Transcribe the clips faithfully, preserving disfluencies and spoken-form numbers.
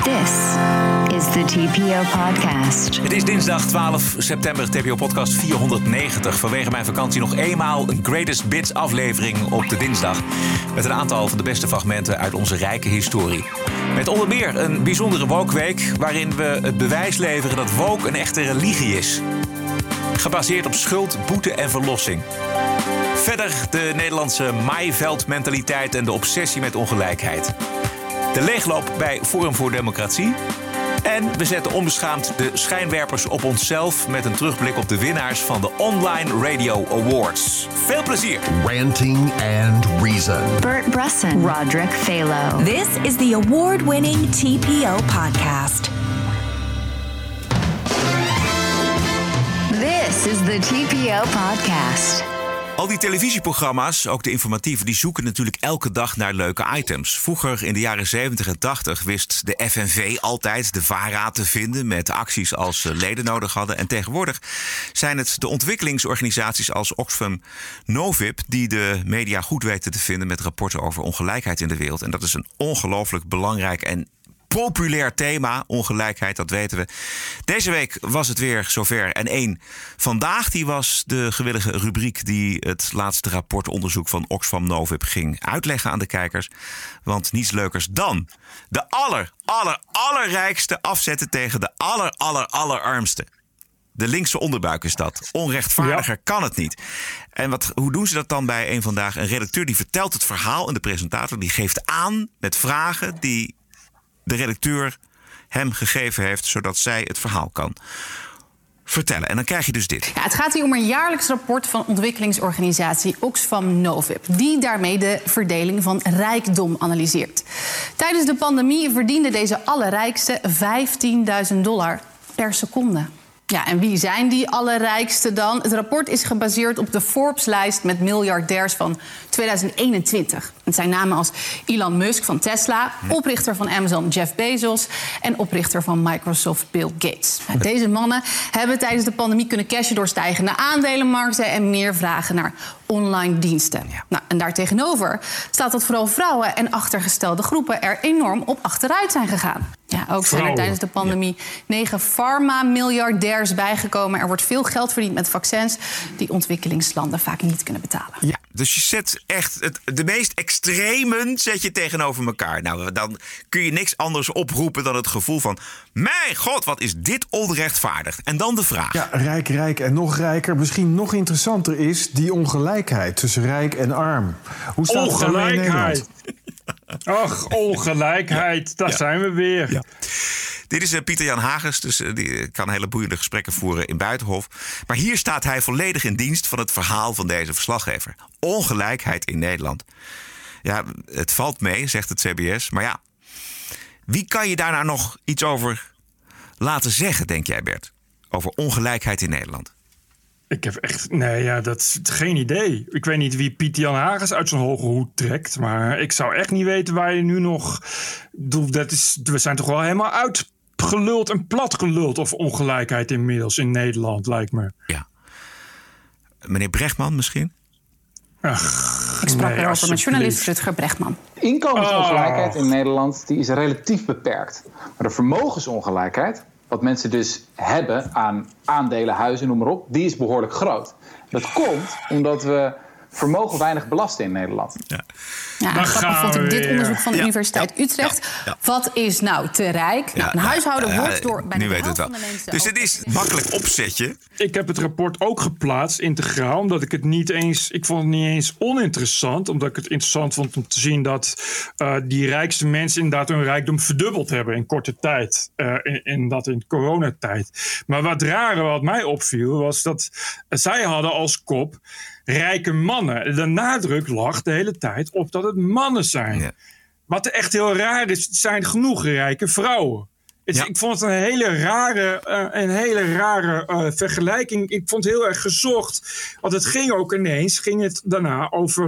This is the T P O Podcast. Het is dinsdag twaalf september, T P O Podcast vierhonderdnegentig. Vanwege mijn vakantie nog eenmaal een Greatest Bits aflevering op de dinsdag. Met een aantal van de beste fragmenten uit onze rijke historie. Met onder meer een bijzondere woke-week waarin we het bewijs leveren dat woke een echte religie is. Gebaseerd op schuld, boete en verlossing. Verder de Nederlandse maaiveld-mentaliteit en de obsessie met ongelijkheid. De leegloop bij Forum voor Democratie. En we zetten onbeschaamd de schijnwerpers op onszelf met een terugblik op de winnaars van de Online Radio Awards. Veel plezier! Ranting and Reason. Bert Bresson, Roderick Phalo. This is the award-winning T P O Podcast. This is the T P O Podcast. Al die televisieprogramma's, ook de informatieve, die zoeken natuurlijk elke dag naar leuke items. Vroeger in de jaren zeventig en tachtig wist de F N V altijd de VARA te vinden met acties als ze leden nodig hadden. En tegenwoordig zijn het de ontwikkelingsorganisaties als Oxfam Novib die de media goed weten te vinden met rapporten over ongelijkheid in de wereld. En dat is een ongelooflijk belangrijk en populair thema, ongelijkheid, dat weten we. Deze week was het weer zover. En één vandaag, die was de gewillige rubriek die het laatste rapportonderzoek van Oxfam Novib ging uitleggen aan de kijkers. Want niets leukers dan de aller, aller, allerrijkste afzetten tegen de aller, aller, allerarmste. De linkse onderbuik is dat. Onrechtvaardiger ja. kan het niet. En wat, hoe doen ze dat dan bij één vandaag? Een redacteur die vertelt het verhaal en de presentator die geeft aan met vragen die de redacteur hem gegeven heeft, zodat zij het verhaal kan vertellen. En dan krijg je dus dit. Ja, het gaat hier om een jaarlijks rapport van ontwikkelingsorganisatie Oxfam Novib, die daarmee de verdeling van rijkdom analyseert. Tijdens de pandemie verdiende deze allerrijkste vijftienduizend dollar per seconde. Ja, en wie zijn die allerrijkste dan? Het rapport is gebaseerd op de Forbes-lijst met miljardairs van tweeduizend eenentwintig. Het zijn namen als Elon Musk van Tesla, oprichter van Amazon Jeff Bezos en oprichter van Microsoft Bill Gates. Deze mannen hebben tijdens de pandemie kunnen cashen door stijgende aandelenmarkten en meer vragen naar online diensten. Ja. Nou, en daartegenover staat dat vooral vrouwen en achtergestelde groepen er enorm op achteruit zijn gegaan. Ja, ook zijn er tijdens de pandemie ja. negen farma-miljardairs bijgekomen. Er wordt veel geld verdiend met vaccins die ontwikkelingslanden vaak niet kunnen betalen. Ja, dus je zet echt het, de meest extremen zet je tegenover elkaar. Nou, dan kun je niks anders oproepen dan het gevoel van, mijn god, wat is dit onrechtvaardig? En dan de vraag. Ja, rijk, rijk en nog rijker. Misschien nog interessanter is die ongelijkheid tussen rijk en arm. Hoe staat het daarmee in Nederland? Ach, ongelijkheid, daar ja. zijn we weer. Ja. Dit is uh, Pieter-Jan Hagers, dus uh, die kan hele boeiende gesprekken voeren in Buitenhof. Maar hier staat hij volledig in dienst van het verhaal van deze verslaggever. Ongelijkheid in Nederland. Ja, het valt mee, zegt het C B S. Maar ja, wie kan je daar nou nog iets over laten zeggen, denk jij, Bert? Over ongelijkheid in Nederland. Ik heb echt, nee ja, dat is geen idee. Ik weet niet wie Pieter-Jan Hagers uit zijn hoge hoed trekt. Maar ik zou echt niet weten waar je nu nog... Dat is, we zijn toch wel helemaal uitgeluld en platgeluld over ongelijkheid inmiddels in Nederland, lijkt me. Ja. Meneer Brechtman misschien? Ach, ik sprak nee, erover met journalist Rutger Brechtman. Inkomensongelijkheid oh. in Nederland die is relatief beperkt. Maar de vermogensongelijkheid, wat mensen dus hebben aan aandelen, huizen, noem maar op, die is behoorlijk groot. Dat komt omdat we vermogen weinig belasten in Nederland. Ja, ja en grappig vond ik dit onderzoek van de ja, Universiteit ja, Utrecht. Ja, ja. Wat is nou te rijk? Nou, een huishouden ja, wordt door bijna de helft van de mensen... Dus het is makkelijk opzetje. Ik heb het rapport ook geplaatst, integraal, omdat ik het niet eens... Ik vond het niet eens oninteressant, omdat ik het interessant vond om te zien dat uh, die rijkste mensen inderdaad hun rijkdom verdubbeld hebben in korte tijd. Uh, in, in dat in coronatijd. Maar wat rare wat mij opviel, was dat uh, zij hadden als kop rijke mannen. De nadruk lag de hele tijd op dat het mannen zijn. Ja. Wat echt heel raar is, zijn genoeg rijke vrouwen. Het, ja. Ik vond het een hele rare, uh, een hele rare uh, vergelijking. Ik vond het heel erg gezocht. Want het ging ook ineens, ging het daarna over,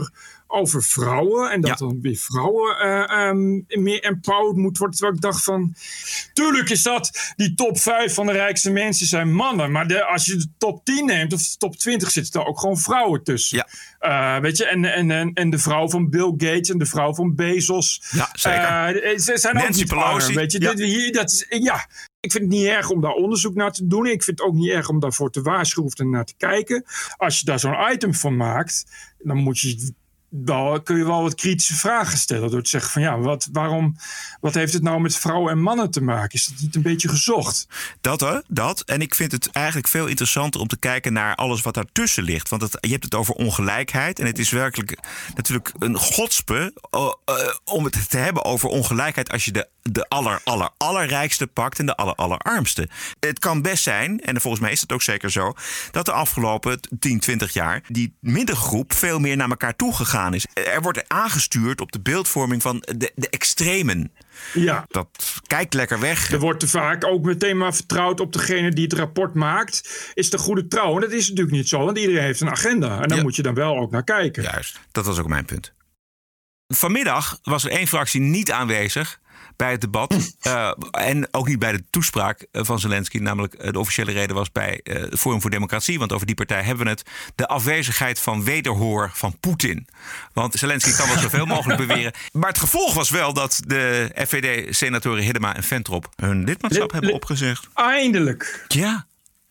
over vrouwen. En dat ja. dan weer vrouwen uh, um, meer empowered moet worden. Terwijl ik dacht van... Tuurlijk is dat... Die top vijf van de rijkste mensen zijn mannen. Maar de, als je de top tien neemt of de top twintig zitten er ook gewoon vrouwen tussen. Ja. Uh, weet je, en, en, en, en de vrouw van Bill Gates en de vrouw van Bezos. Ja, zeker. Uh, ze zijn Nancy ook niet Pelosi. Weet je, ja. dit, hier, dat is, ja... Ik vind het niet erg om daar onderzoek naar te doen. Ik vind het ook niet erg om daarvoor te waarschuwen en naar te kijken. Als je daar zo'n item van maakt, dan moet je wel, kun je wel wat kritische vragen stellen. Door te zeggen van ja, wat, waarom, wat heeft het nou met vrouwen en mannen te maken? Is dat niet een beetje gezocht? Dat hè, dat. En ik vind het eigenlijk veel interessanter om te kijken naar alles wat daartussen ligt. Want het, je hebt het over ongelijkheid. En het is werkelijk natuurlijk een godspe uh, uh, om het te hebben over ongelijkheid als je de, de aller, aller, allerrijkste pakt en de aller, allerarmste. Het kan best zijn, en volgens mij is het ook zeker zo, dat de afgelopen tien, twintig jaar die middengroep veel meer naar elkaar toe gegaan is. Er wordt aangestuurd op de beeldvorming van de, de extremen. Ja. Dat kijkt lekker weg. Er wordt te vaak ook meteen maar vertrouwd op degene die het rapport maakt. Is de goede trouw? En dat is natuurlijk niet zo, want iedereen heeft een agenda. En daar ja. moet je dan wel ook naar kijken. Juist, dat was ook mijn punt. Vanmiddag was er één fractie niet aanwezig bij het debat. Uh, en ook niet bij de toespraak van Zelensky. Namelijk uh, de officiële reden was bij uh, Forum voor Democratie. Want over die partij hebben we het. De afwezigheid van wederhoor van Poetin. Want Zelensky kan wel zoveel mogelijk beweren. Maar het gevolg was wel dat de F V D-senatoren Hiddema en Ventrop hun lidmaatschap le- hebben le- opgezegd. Eindelijk. Ja.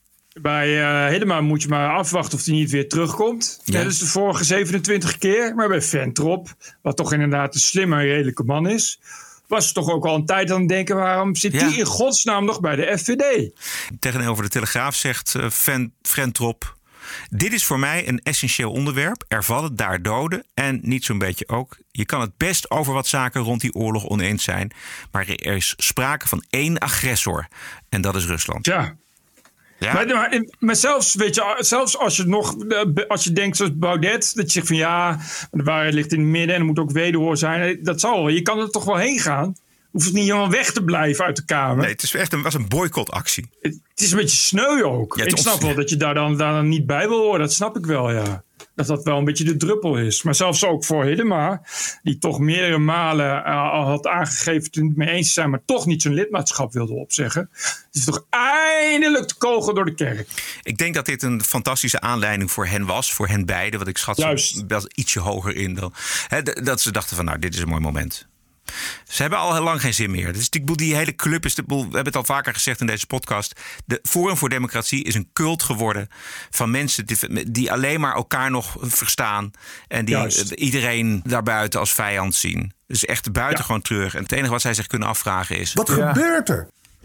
Bij uh, Hiddema moet je maar afwachten of hij niet weer terugkomt. Ja. Dat is de vorige zevenentwintig keer. Maar bij Ventrop, wat toch inderdaad een slimme en redelijke man is, was het toch ook al een tijd aan het denken, waarom zit ja. die in godsnaam nog bij de F V D? Tegenover de Telegraaf zegt uh, Ventrop: dit is voor mij een essentieel onderwerp. Er vallen daar doden en niet zo'n beetje ook. Je kan het best over wat zaken rond die oorlog oneens zijn. Maar er is sprake van één agressor. En dat is Rusland. Ja. Ja. Maar, maar, maar zelfs, weet je, zelfs als je nog, als je denkt zoals Baudet, dat je zegt van ja, de waarheid ligt in het midden en er moet ook wederhoor zijn. Dat zal wel. Je kan er toch wel heen gaan. Hoeft het niet helemaal weg te blijven uit de Kamer. Nee, het is echt een, was een boycottactie. Het, het is een beetje sneu ook. Ja, ik snap ons... wel dat je daar dan, daar dan niet bij wil horen. Dat snap ik wel, ja. Dat dat wel een beetje de druppel is. Maar zelfs ook voor Hiddema, die toch meerdere malen uh, al had aangegeven toen het mee eens te zijn, maar toch niet zijn lidmaatschap wilde opzeggen. Het is toch eindelijk de kogel door de kerk. Ik denk dat dit een fantastische aanleiding voor hen was, voor hen beiden. Want ik schat ze wel ietsje hoger in dan. Hè, dat ze dachten van nou, dit is een mooi moment. Ze hebben al heel lang geen zin meer. Dus die, die hele club is, de, we hebben het al vaker gezegd in deze podcast. De Forum voor Democratie is een cult geworden van mensen die, die alleen maar elkaar nog verstaan. En die Juist. iedereen daarbuiten als vijand zien. Dus echt buitengewoon ja. treurig. En het enige wat zij zich kunnen afvragen is: wat ja. gebeurt er?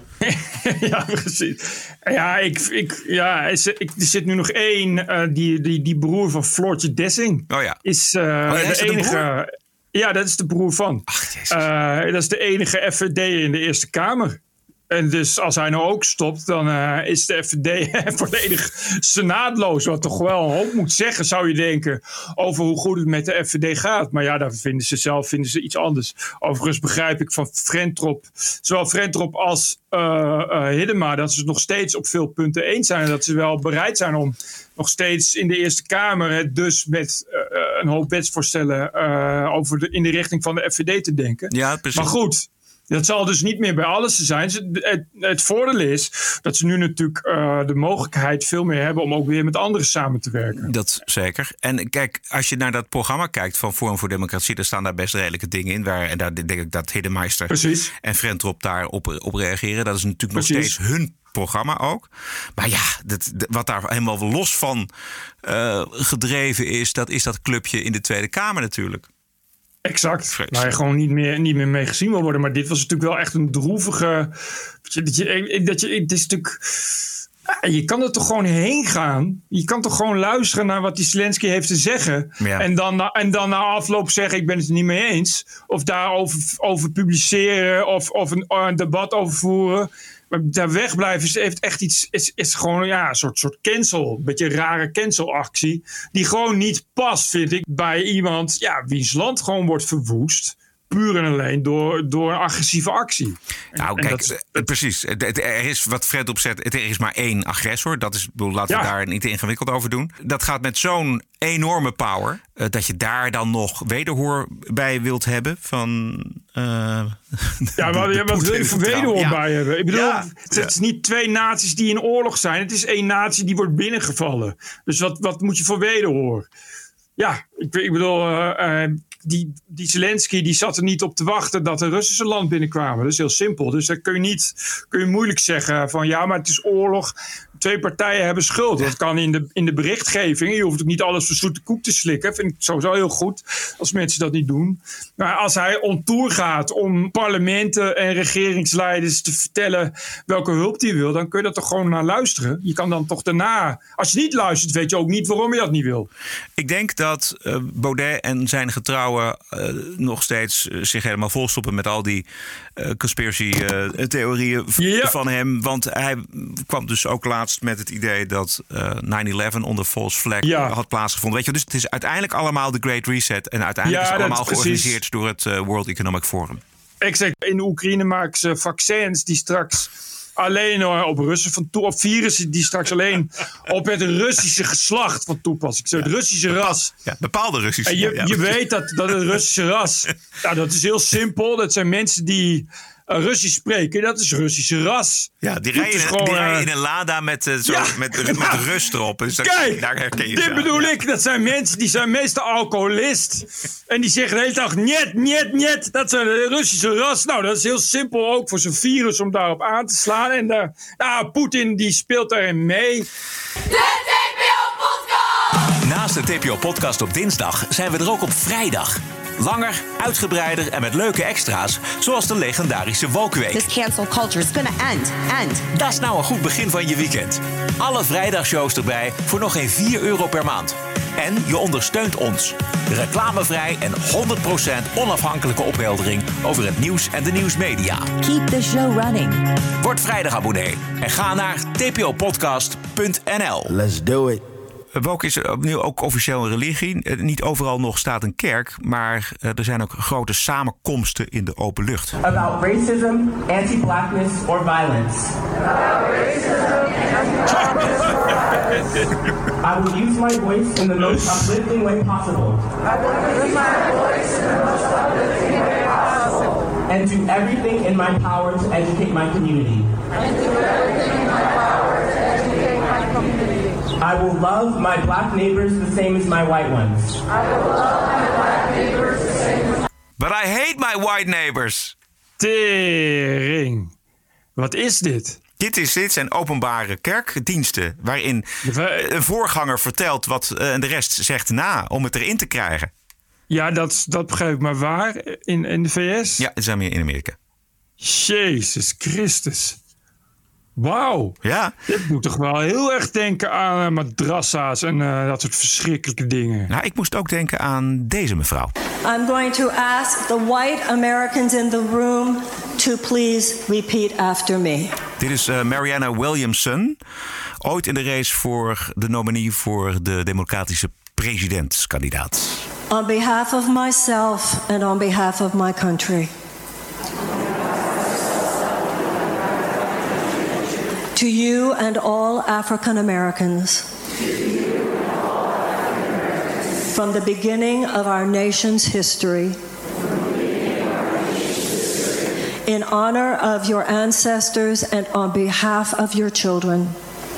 Ja, precies. Ja, ik, ik, ja ik, er zit nu nog één. Uh, die, die, die broer van Floortje Dessing. Oh ja. Is uh, oh, ja, de is enige. Ja, dat is de broer van. Ach, uh, dat is de enige F V D in de Eerste Kamer. En dus als hij nou ook stopt, dan uh, is de F V D volledig senaatloos. Wat toch wel een hoop moet zeggen, zou je denken, over hoe goed het met de F V D gaat. Maar ja, daar vinden ze zelf vinden ze iets anders. Overigens begrijp ik van Ventrop, zowel Ventrop als uh, uh, Hiddema, dat ze het nog steeds op veel punten eens zijn. En dat ze wel bereid zijn om nog steeds in de Eerste Kamer het dus met uh, een hoop wetsvoorstellen uh, over de, in de richting van de F V D te denken. Ja, precies. Maar goed. Dat zal dus niet meer bij alles zijn. Het, het voordeel is dat ze nu natuurlijk uh, de mogelijkheid veel meer hebben om ook weer met anderen samen te werken. Dat zeker. En kijk, als je naar dat programma kijkt van Forum voor Democratie, dan staan daar best redelijke dingen in. Waar, en daar denk ik dat Hiddemeister Precies. en Ventrop daarop op reageren. Dat is natuurlijk Precies. nog steeds hun programma ook. Maar ja, dat, wat daar helemaal los van uh, gedreven is, dat is dat clubje in de Tweede Kamer natuurlijk. Exact. Vrees. Waar je gewoon niet meer, niet meer mee gezien wil worden. Maar dit was natuurlijk wel echt een droevige. Dat je, dat je, het is natuurlijk. Je kan er toch gewoon heen gaan. Je kan toch gewoon luisteren naar wat die Zelensky heeft te zeggen. Ja. En, dan, en dan na afloop zeggen: ik ben het er niet mee eens. Of daarover over publiceren. Of, of een, een debat over voeren. Maar daar wegblijven is, heeft echt iets. Is, is gewoon ja, een soort, soort cancel. Een beetje een rare cancelactie. Die gewoon niet past, vind ik, bij iemand. Ja, wiens land gewoon wordt verwoest. puur en alleen door, door een agressieve actie. Nou, en kijk, dat, uh, precies. Er is wat Fred opzet. Er is maar één agressor. Dat is, bedoel, laten we ja. daar niet te ingewikkeld over doen. Dat gaat met zo'n enorme power. Uh, dat je daar dan nog wederhoor bij wilt hebben. Van. Uh, ja, maar de, wat wil je voor wederhoor ja. bij hebben? Ik bedoel, ja. het, het is niet twee naties die in oorlog zijn. Het is één natie die wordt binnengevallen. Dus wat, wat moet je voor wederhoor? Ja, ik, ik bedoel. Uh, uh, Die, die Zelensky die zat er niet op te wachten dat de Russische land binnenkwamen. Dat is heel simpel. Dus dan kun je niet kun je moeilijk zeggen van ja, maar het is oorlog. Twee partijen hebben schuld. Dat kan in de, in de berichtgeving. Je hoeft ook niet alles voor zoete koek te slikken. Vind ik sowieso heel goed als mensen dat niet doen. Maar als hij on tour gaat om parlementen en regeringsleiders te vertellen welke hulp hij wil, dan kun je dat toch gewoon naar luisteren. Je kan dan toch daarna, als je niet luistert, weet je ook niet waarom je dat niet wil. Ik denk dat uh, Baudet en zijn getrouwen uh, nog steeds uh, zich helemaal volstoppen met al die uh, conspiracy uh, theorieën v- ja. van hem. Want hij kwam dus ook laatst met het idee dat uh, nine eleven onder false flag ja. had plaatsgevonden. Weet je, dus het is uiteindelijk allemaal de Great Reset. En uiteindelijk ja, is het allemaal is georganiseerd door het uh, World Economic Forum. Exact. In de Oekraïne maken ze vaccins die straks alleen op Russen van toe, op virussen die straks alleen op het Russische geslacht van toepassing. Zo, het Russische ras. Ja, bepaalde Russische. En je, ja. je weet dat, dat het Russische ras, nou, dat is heel simpel. Dat zijn mensen die uh, Russisch spreken. Dat is Russische ras. Ja, die rijden, gewoon, die rijden uh, in een Lada met, uh, zo, ja, met, met, met rust erop. Dus dat, kijk, daar herken je dit ze aan. bedoel Ja. ik. Dat zijn mensen die zijn meestal alcoholist. En die zeggen de hele dag niet, niet, niet. Dat zijn de Russische ras. Nou, dat is heel simpel ook voor zo'n virus om daarop aan te slaan. En uh, nou, Poetin die speelt daarin mee. De T P O-podcast! Naast de T P O-podcast op dinsdag zijn we er ook op vrijdag. Langer, uitgebreider en met leuke extra's, zoals de legendarische Woke-week. This cancel culture is gonna end, end. Dat is nou een goed begin van je weekend. Alle vrijdagshows erbij voor nog geen vier euro per maand. En je ondersteunt ons. Reclamevrij en honderd procent onafhankelijke opheldering over het nieuws en de nieuwsmedia. Keep the show running. Word vrijdag abonnee en ga naar t p o podcast punt n l. Let's do it. Woke is nu ook officieel een religie. Niet overal nog staat een kerk, maar er zijn ook grote samenkomsten in de open lucht. About racism, anti-blackness or violence. About racism, anti-blackness or violence. I will use my voice in the most uplifting way possible. I will use my voice in the most uplifting way possible. And do everything in my power to educate my community. And do everything in my power to educate my community. I will love my black neighbors the same as my white ones. I will love my black neighbors the same as... But I hate my white neighbors. Tering. Wat is dit? Dit, is, dit zijn openbare kerkdiensten waarin een voorganger vertelt wat en de rest zegt na om het erin te krijgen. Ja, dat, dat begrijp ik. Maar waar? In, in de V S? Ja, dat zijn we in Amerika. Jezus Christus. Wauw. Ja. Dit moet toch wel heel erg denken aan uh, madrassa's en uh, dat soort verschrikkelijke dingen. Nou, ik moest ook denken aan deze mevrouw. I'm going to ask the white Americans in the room to please repeat after me. Dit is uh, Marianne Williamson. Ooit in de race voor de nominee voor de democratische presidentskandidaat. On behalf of myself and on behalf of my country. To you and all African Americans, from the beginning of our nation's history, in honor of your ancestors and on behalf of your children,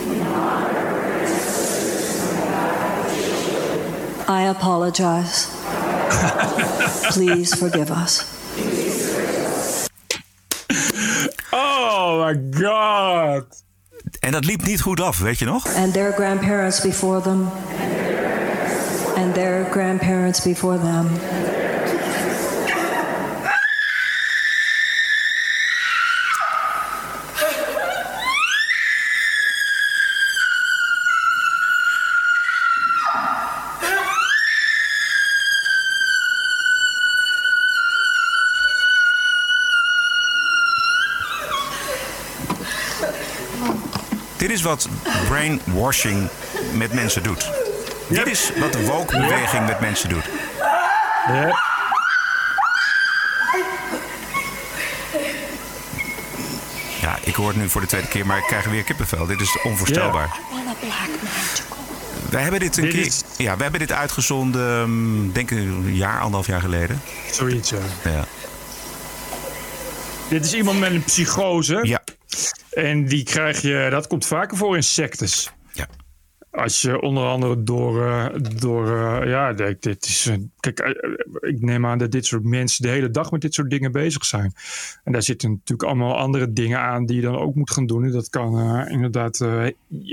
I apologize. Please forgive us. Oh my God. En dat liep niet goed af, weet je nog? And their grandparents before them. And their grandparents before them. Dit is wat brainwashing met mensen doet. Yep. Dit is wat de woke-beweging yep. met mensen doet. Yep. Ja, ik hoor het nu voor de tweede keer, maar ik krijg weer kippenvel. Dit is onvoorstelbaar. Wij hebben dit een dit keer. Is... Ja, we hebben dit uitgezonden, denk ik, een jaar, anderhalf jaar geleden. Zoiets, ja. ja. Dit is iemand met een psychose. Ja. En die krijg je, dat komt vaker voor in sectes. Ja. Als je onder andere door, uh, door uh, ja, dit is, uh, kijk, uh, ik neem aan dat dit soort mensen de hele dag met dit soort dingen bezig zijn. En daar zitten natuurlijk allemaal andere dingen aan die je dan ook moet gaan doen. En dat kan uh, inderdaad uh,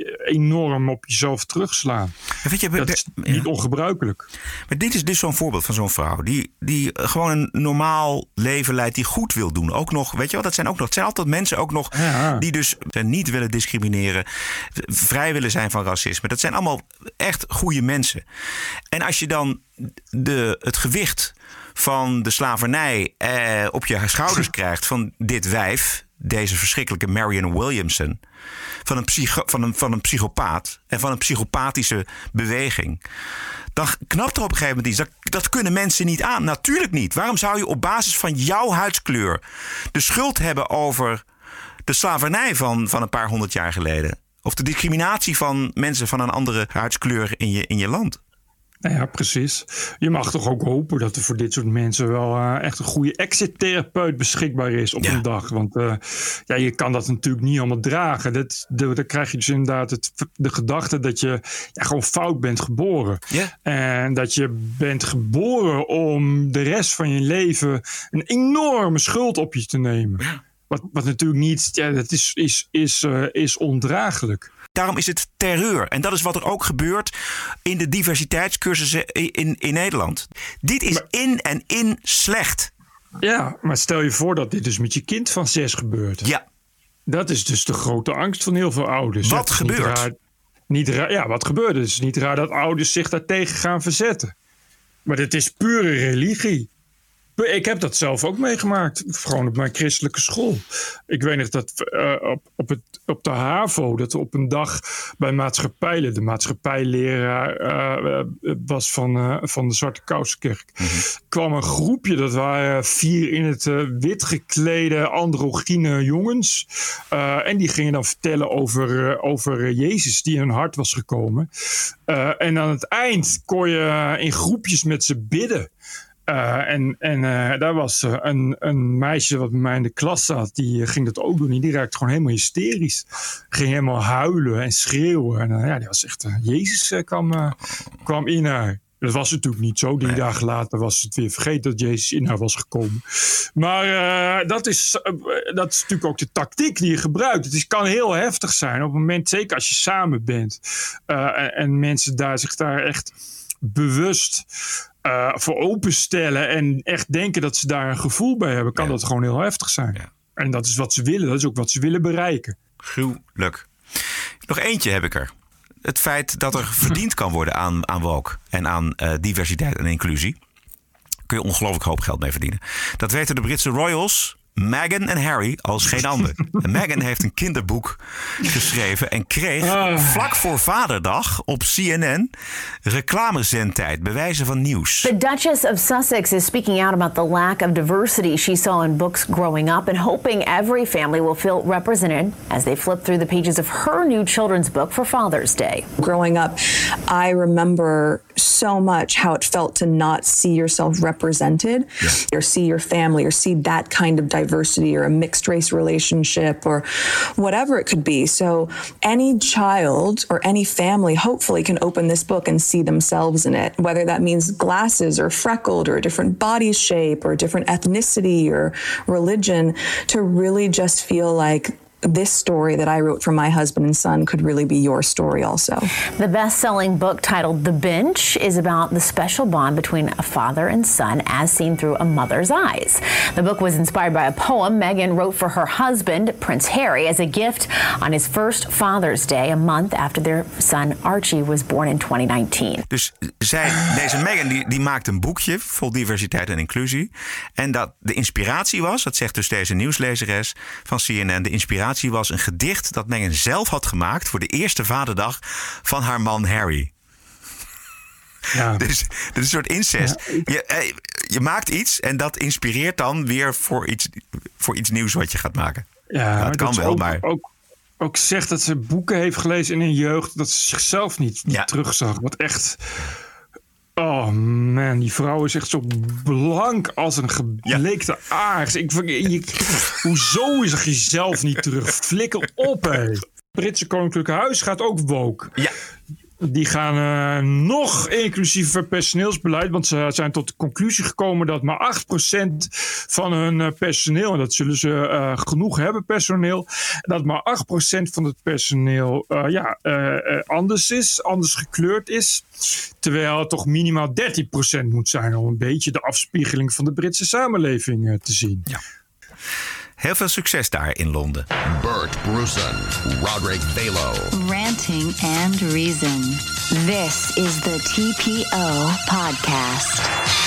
enorm op jezelf terugslaan. Weet je, dat is niet ja. ongebruikelijk. Maar dit is dus zo'n voorbeeld van zo'n vrouw die, die gewoon een normaal leven leidt, die goed wil doen. Ook nog, weet je wel, dat zijn ook nog, het zijn altijd mensen ook nog ja. die dus niet willen discrimineren, vrij willen zijn van racisme. Dat zijn allemaal echt goede mensen. En als je dan de, het gewicht van de slavernij eh, op je schouders krijgt van dit wijf, deze verschrikkelijke Marianne Williamson, van een, psycho, van, een, van een psychopaat en van een psychopathische beweging, dan knapt er op een gegeven moment iets. Dat, dat kunnen mensen niet aan. Natuurlijk niet. Waarom zou je op basis van jouw huidskleur de schuld hebben over de slavernij van, van een paar honderd jaar geleden? Of de discriminatie van mensen van een andere huidskleur in je, in je land? Nou ja, precies. Je mag toch ook hopen dat er voor dit soort mensen wel uh, echt een goede exit-therapeut beschikbaar is op ja. een dag. Want uh, ja, je kan dat natuurlijk niet allemaal dragen. Dat, de, dan krijg je dus inderdaad het, de gedachte dat je ja, gewoon fout bent geboren. Ja. En dat je bent geboren om de rest van je leven een enorme schuld op je te nemen. Ja. Wat, wat natuurlijk niet, ja, dat is, is, is, uh, is ondraaglijk. Daarom is het terreur. En dat is wat er ook gebeurt in de diversiteitscursussen in, in Nederland. Dit is maar, in en in slecht. Ja, maar stel je voor dat dit dus met je kind van zes gebeurt. Ja. Dat is dus de grote angst van heel veel ouders. Wat ja, gebeurt? Niet raar, niet raar, ja, wat gebeurt? Het is niet raar dat ouders zich daartegen gaan verzetten. Maar dit is pure religie. Ik heb dat zelf ook meegemaakt. Gewoon op mijn christelijke school. Ik weet nog dat uh, op, op, het, op de HAVO... dat op een dag bij maatschappijlen... de maatschappijleraar uh, was van, uh, van de Zwarte Kousenkerk... Mm-hmm. kwam een groepje, dat waren vier in het uh, wit geklede androgyne jongens. Uh, en die gingen dan vertellen over, uh, over Jezus die in hun hart was gekomen. Uh, en aan het eind kon je in groepjes met ze bidden... Uh, en en uh, daar was uh, een, een meisje wat bij mij in de klas zat, die uh, ging dat ook doen. Die raakte gewoon helemaal hysterisch. Ging helemaal huilen en schreeuwen. En uh, ja, die was echt, uh, Jezus uh, kwam, uh, kwam in haar. Dat was natuurlijk niet zo. Drie nee. dagen later was het weer vergeten dat Jezus in haar was gekomen. Maar uh, dat, is, uh, dat is natuurlijk ook de tactiek die je gebruikt. Het is, kan heel heftig zijn. Op het moment, zeker als je samen bent. Uh, en, en mensen daar zich daar echt bewust uh, voor openstellen en echt denken dat ze daar een gevoel bij hebben, kan ja. dat gewoon heel heftig zijn. Ja. En dat is wat ze willen. Dat is ook wat ze willen bereiken. Gruwelijk. Nog eentje heb ik er. Het feit dat er verdiend kan worden aan, aan woke en aan uh, diversiteit en inclusie. Kun je ongelooflijk hoop geld mee verdienen. Dat weten de Britse royals, Meghan en Harry, als geen ander. En Meghan heeft een kinderboek geschreven en kreeg oh. vlak voor Vaderdag op C N N reclamezendtijd, bewijzen van nieuws. The Duchess of Sussex is speaking out about the lack of diversity she saw in books growing up and hoping every family will feel represented as they flip through the pages of her new children's book for Father's Day. Growing up, I remember so much how it felt to not see yourself represented yeah. or see your family or see that kind of diversity or a mixed race relationship or whatever it could be. So any child or any family hopefully can open this book and see themselves in it, whether that means glasses or freckled or a different body shape or a different ethnicity or religion, to really just feel like this story that I wrote for my husband and son could really be your story also. The best-selling book titled The Bench is about the special bond between a father and son as seen through a mother's eyes. The book was inspired by a poem Meghan wrote for her husband, Prince Harry, as a gift on his first Father's Day, a month after their son Archie was born in twenty nineteen. Dus zij, deze Meghan die, die maakt een boekje vol diversiteit en inclusie. En dat de inspiratie was, dat zegt dus deze nieuwslezeres van C N N, de inspiratie was een gedicht dat Meghan zelf had gemaakt voor de eerste vaderdag van haar man Harry. Ja. Dus dit is een soort incest. Ja, ik... je, je maakt iets en dat inspireert dan weer voor iets, voor iets nieuws wat je gaat maken. Ja, dat kan dat wel, ook, maar... Ook, ook zegt dat ze boeken heeft gelezen in een jeugd... dat ze zichzelf niet, niet ja. terugzag. Wat echt... Oh man, die vrouw is echt zo blank als een gebleekte ja. aars. Ik, je, hoezo is er jezelf niet terug? Flikker op, hé. Het Britse Koninklijke Huis gaat ook woke. Ja. Die gaan uh, nog inclusiever personeelsbeleid. Want ze zijn tot de conclusie gekomen dat maar acht procent van hun uh, personeel... en dat zullen ze uh, genoeg hebben, personeel... dat maar acht procent van het personeel uh, ja, uh, uh, anders is, anders gekleurd is. Terwijl het toch minimaal dertien procent moet zijn... om een beetje de afspiegeling van de Britse samenleving uh, te zien. Ja. Heel veel succes daar in Londen. Bert Brussen, Roderick Balo. Ranting and Reason. This is the T P O podcast.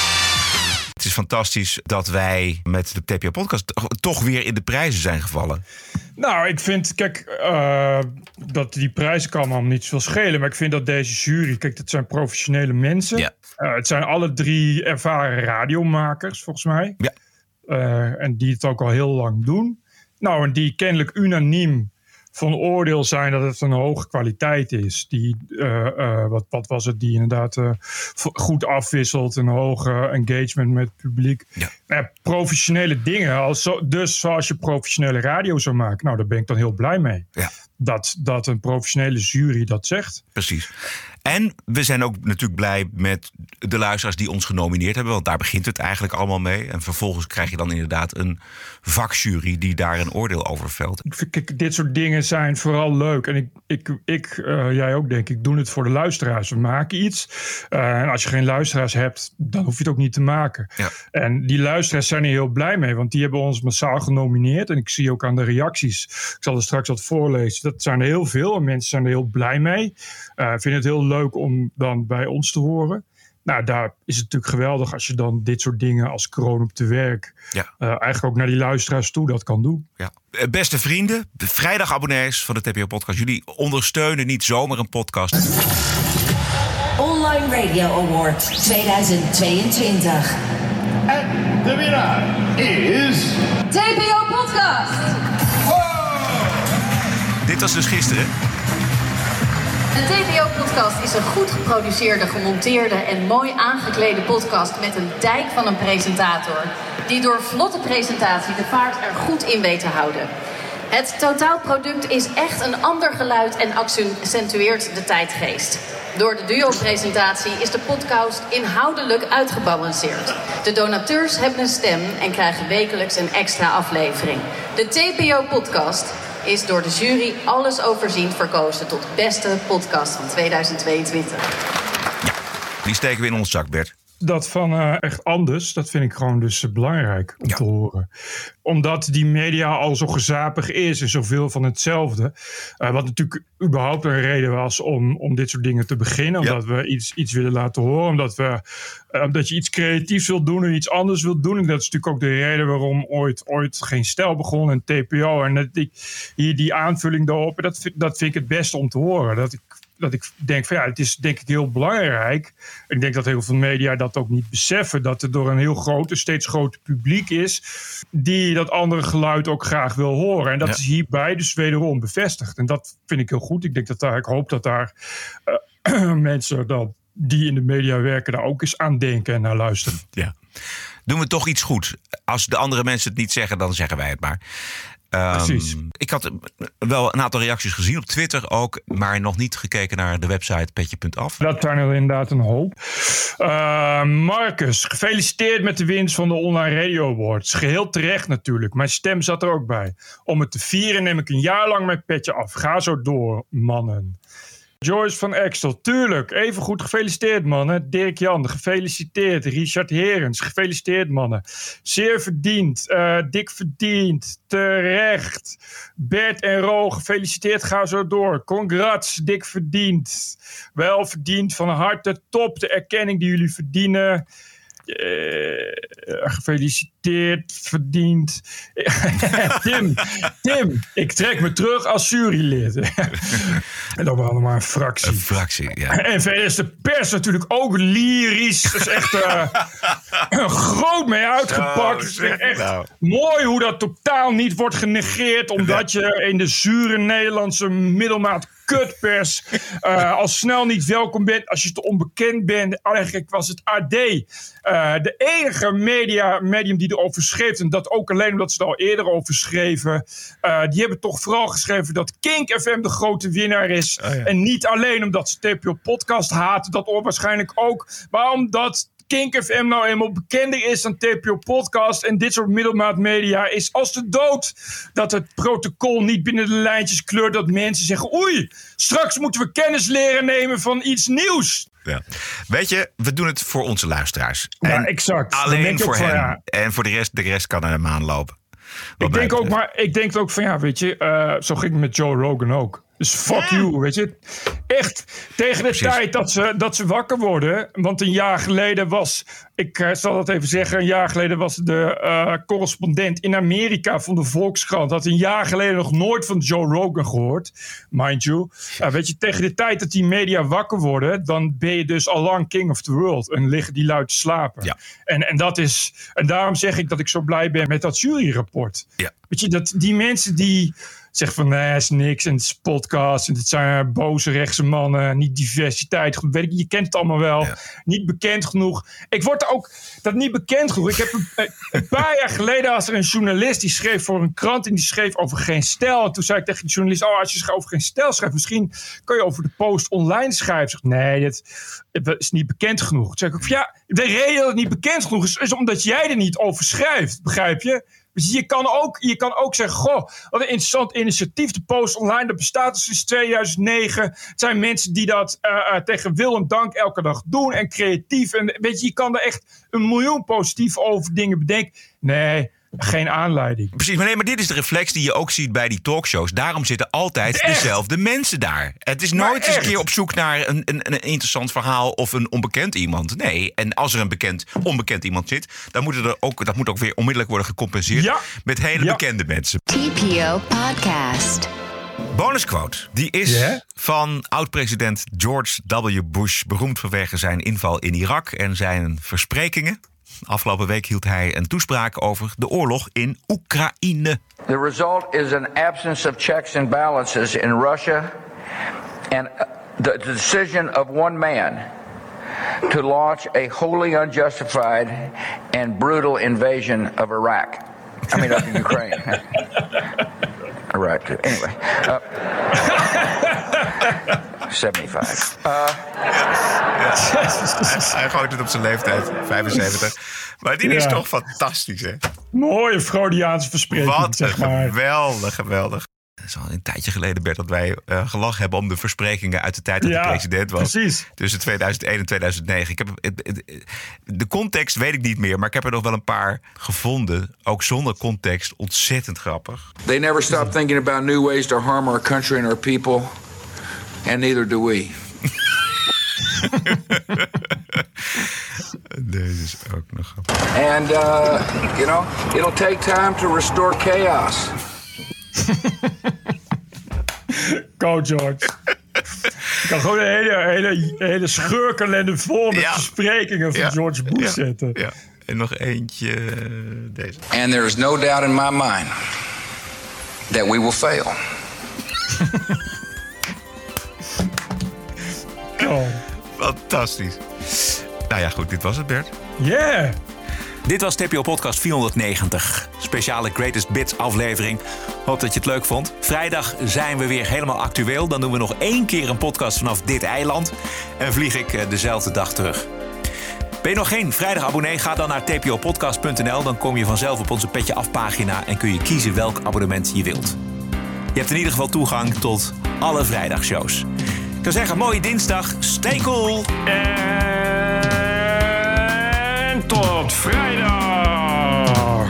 Het is fantastisch dat wij met de T P O podcast toch weer in de prijzen zijn gevallen. Nou, ik vind, kijk, uh, dat die prijzen kan allemaal niet zoveel schelen. Maar ik vind dat deze jury, kijk, dat zijn professionele mensen. Ja. Uh, het zijn alle drie ervaren radiomakers, volgens mij. Ja. Uh, en die het ook al heel lang doen. Nou, en die kennelijk unaniem van oordeel zijn dat het een hoge kwaliteit is. Die, uh, uh, wat, wat was het, die inderdaad uh, goed afwisselt. Een hoge engagement met het publiek. Ja. Uh, professionele dingen. Als zo, dus zoals je professionele radio zou maken. Nou, daar ben ik dan heel blij mee. Ja. Dat, dat een professionele jury dat zegt. Precies. En we zijn ook natuurlijk blij met de luisteraars die ons genomineerd hebben. Want daar begint het eigenlijk allemaal mee. En vervolgens krijg je dan inderdaad een vakjury die daar een oordeel over velt. Ik vind, kijk, dit soort dingen zijn vooral leuk. En ik, ik, ik uh, jij ook denk ik, doen het voor de luisteraars. We maken iets. Uh, en als je geen luisteraars hebt, dan hoef je het ook niet te maken. Ja. En die luisteraars zijn er heel blij mee. Want die hebben ons massaal genomineerd. En ik zie ook aan de reacties. Ik zal er straks wat voorlezen. Dat zijn er heel veel. En mensen zijn er heel blij mee. Uh, vinden het heel leuk om dan bij ons te horen. Nou, daar is het natuurlijk geweldig als je dan dit soort dingen als kroon op de werk... Ja. Uh, eigenlijk ook naar die luisteraars toe dat kan doen. Ja. Beste vrienden, vrijdagabonnees van de T P O-podcast. Jullie ondersteunen niet zomaar een podcast. Online Radio Award tweeduizend tweeëntwintig. En de winnaar is... T P O-podcast. Dit was dus gisteren. De T P O-podcast is een goed geproduceerde, gemonteerde en mooi aangeklede podcast met een dijk van een presentator, die door vlotte presentatie de vaart er goed in weet te houden. Het totaalproduct is echt een ander geluid en accentueert de tijdgeest. Door de duo-presentatie is de podcast inhoudelijk uitgebalanceerd. De donateurs hebben een stem en krijgen wekelijks een extra aflevering. De T P O-podcast is door de jury alles overziend verkozen tot beste podcast van tweeduizend tweeëntwintig. Ja, die steken we in ons zak, Bert. Dat van uh, echt anders, dat vind ik gewoon dus uh, belangrijk om ja. te horen. Omdat die media al zo gezapig is en zoveel van hetzelfde. Uh, wat natuurlijk überhaupt een reden was om, om dit soort dingen te beginnen. Omdat ja. we iets, iets willen laten horen. Omdat, we, uh, omdat je iets creatiefs wilt doen en iets anders wilt doen. En dat is natuurlijk ook de reden waarom ooit, ooit Geen Stijl begon en T P O. En dat ik, hier die aanvulling daarop, dat, dat vind ik het beste om te horen. Dat ik Dat ik denk van ja, het is denk ik heel belangrijk. Ik denk dat heel veel media dat ook niet beseffen. Dat er door een heel groot, een steeds groter publiek is. Die dat andere geluid ook graag wil horen. En dat ja. is hierbij dus wederom bevestigd. En dat vind ik heel goed. Ik denk dat daar, ik hoop dat daar uh, mensen dan, die in de media werken daar ook eens aan denken en naar luisteren. Ja. Doen we toch iets goed. Als de andere mensen het niet zeggen, dan zeggen wij het maar. Um, Precies. Ik had wel een aantal reacties gezien op Twitter ook, maar nog niet gekeken naar de website petje punt af. Dat zijn er inderdaad een hoop. Uh, Marcus, gefeliciteerd met de winst van de Online Radio Awards. Geheel terecht natuurlijk. Mijn stem zat er ook bij. Om het te vieren neem ik een jaar lang mijn petje af. Ga zo door, mannen. Joyce van Exel, tuurlijk. Even goed gefeliciteerd, mannen. Dirk Jan, gefeliciteerd. Richard Herens, gefeliciteerd, mannen. Zeer verdiend. Uh, dik verdiend. Terecht. Bert en Ro, gefeliciteerd. Ga zo door. Congrats, dik verdiend. Wel verdiend. Van harte top. De erkenning die jullie verdienen. gefeliciteerd, verdiend. Tim, Tim, ik trek me terug als jurylid. En dan wel nog maar een fractie. Een fractie, ja. En verder is de pers natuurlijk ook lyrisch. Dat is echt uh, groot mee uitgepakt. Het is echt nou. mooi hoe dat totaal niet wordt genegeerd. Omdat je in de zure Nederlandse middelmaat kutpers uh, al snel niet welkom bent als je te onbekend bent. Eigenlijk was het A D uh, de enige media, medium die erover schreef. En dat ook alleen omdat ze er al eerder over schreven. Uh, die hebben toch vooral geschreven dat Kink F M de grote winnaar is. Oh ja. En niet alleen omdat ze T P O Podcast haten. Dat waarschijnlijk ook. Maar omdat Kink F M nou eenmaal bekender is dan T P O Podcast en dit soort middelmaat media is als de dood. Dat het protocol niet binnen de lijntjes kleurt. Dat mensen zeggen, oei, straks moeten we kennis leren nemen van iets nieuws. Ja. Weet je, we doen het voor onze luisteraars. Ja, en exact. Alleen voor hen. Ja. En voor de rest, de rest kan naar de maan lopen. Ik denk, ook, maar, ik denk ook van, ja, weet je, uh, zo ging het met Joe Rogan ook. Dus fuck you, weet je. Echt, tegen de Precies. tijd dat ze, dat ze wakker worden. Want een jaar geleden was, ik uh, zal dat even zeggen. Een jaar geleden was de uh, correspondent in Amerika van de Volkskrant. Had een jaar geleden nog nooit van Joe Rogan gehoord. Mind you. Uh, weet je, tegen de tijd dat die media wakker worden. Dan ben je dus al lang king of the world. En liggen die lui te slapen. Ja. En, en, dat is, en daarom zeg ik dat ik zo blij ben met dat juryrapport. Ja. Weet je, dat die mensen die zeggen van nee, is niks en het is podcast en het zijn boze rechtse mannen, niet diversiteit, weet ik, je kent het allemaal wel, ja. Niet bekend genoeg. Ik word er ook dat niet bekend genoeg. Ik heb een, een paar jaar geleden was er een journalist die schreef voor een krant en die schreef over Geen Stijl. En toen zei ik tegen de journalist, oh, als je over Geen Stijl schrijft, misschien kan je over de Post online schrijven. Zeg, nee, dat, dat is niet bekend genoeg. Toen zei ik ook, ja, de reden dat het niet bekend genoeg is, is omdat jij er niet over schrijft, begrijp je? Dus je kan, ook, je kan ook zeggen, goh, wat een interessant initiatief. De Post Online, dat bestaat dus sinds tweeduizend negen. Het zijn mensen die dat uh, uh, tegen wil en dank elke dag doen. En creatief. En weet je, je kan er echt een miljoen positief over dingen bedenken. Nee, geen aanleiding. Precies, maar nee, maar dit is de reflex die je ook ziet bij die talkshows. Daarom zitten altijd echt? dezelfde mensen daar. Het is nooit eens een keer op zoek naar een, een, een interessant verhaal of een onbekend iemand. Nee, en als er een bekend, onbekend iemand zit, dan moet er ook, dat moet ook weer onmiddellijk worden gecompenseerd ja. met hele ja. bekende mensen. T P O Podcast. Bonusquote, die is yeah? van oud-president George W. Bush, beroemd vanwege zijn inval in Irak en zijn versprekingen. Afgelopen week hield hij een toespraak over de oorlog in Oekraïne. The result is an absence of checks and balances in Russia and the decision of one man to launch a wholly unjustified and brutal invasion of Iraq. I mean, of Ukraine. Right. Anyway. Uh, zevenenvijftig. Uh, yes. Yes. Hij, hij gooit het op zijn leeftijd, vijfenzeventig. Maar die ja. is toch fantastisch, hè? Mooie Freudiaanse verspreking. Wat zeg maar. geweldig, geweldig. Het is al een tijdje geleden, Bert, dat wij uh, gelachen hebben om de versprekingen uit de tijd dat ja, hij president was. Precies. Tussen tweeduizend één en tweeduizend negen. Ik heb, het, het, de context weet ik niet meer, maar ik heb er nog wel een paar gevonden. Ook zonder context, ontzettend grappig. They never stop thinking about new ways to harm our country and our people. And neither do we. Deze is ook nog grappig. And, uh, you know, it'll take time to restore chaos. Go, George. Ik kan gewoon een hele, hele, hele schurkenlende vol met ja. versprekingen van ja. George Bush ja. zetten. Ja. En nog eentje, deze. And there is no doubt in my mind that we will fail. Oh. Fantastisch. Nou ja, goed, dit was het, Bert. Yeah! Dit was T P O Podcast vierhonderdnegentig. Speciale Greatest Bits aflevering. Hoop dat je het leuk vond. Vrijdag zijn we weer helemaal actueel. Dan doen we nog één keer een podcast vanaf dit eiland. En vlieg ik dezelfde dag terug. Ben je nog geen vrijdag abonnee? Ga dan naar t p o podcast punt n l. Dan kom je vanzelf op onze Petje Af pagina. En kun je kiezen welk abonnement je wilt. Je hebt in ieder geval toegang tot alle vrijdagshows. Ik zou zeggen, mooie dinsdag. Stay cool. En tot vrijdag.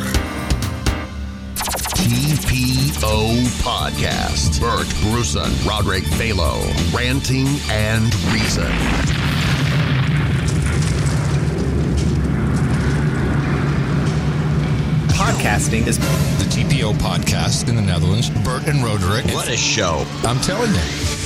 T P O Podcast. Bert Brussen, Roderick Balo, Ranting and Reason. podcasting is the T P O podcast in the Netherlands. Bert and Roderick. What a show. I'm telling you.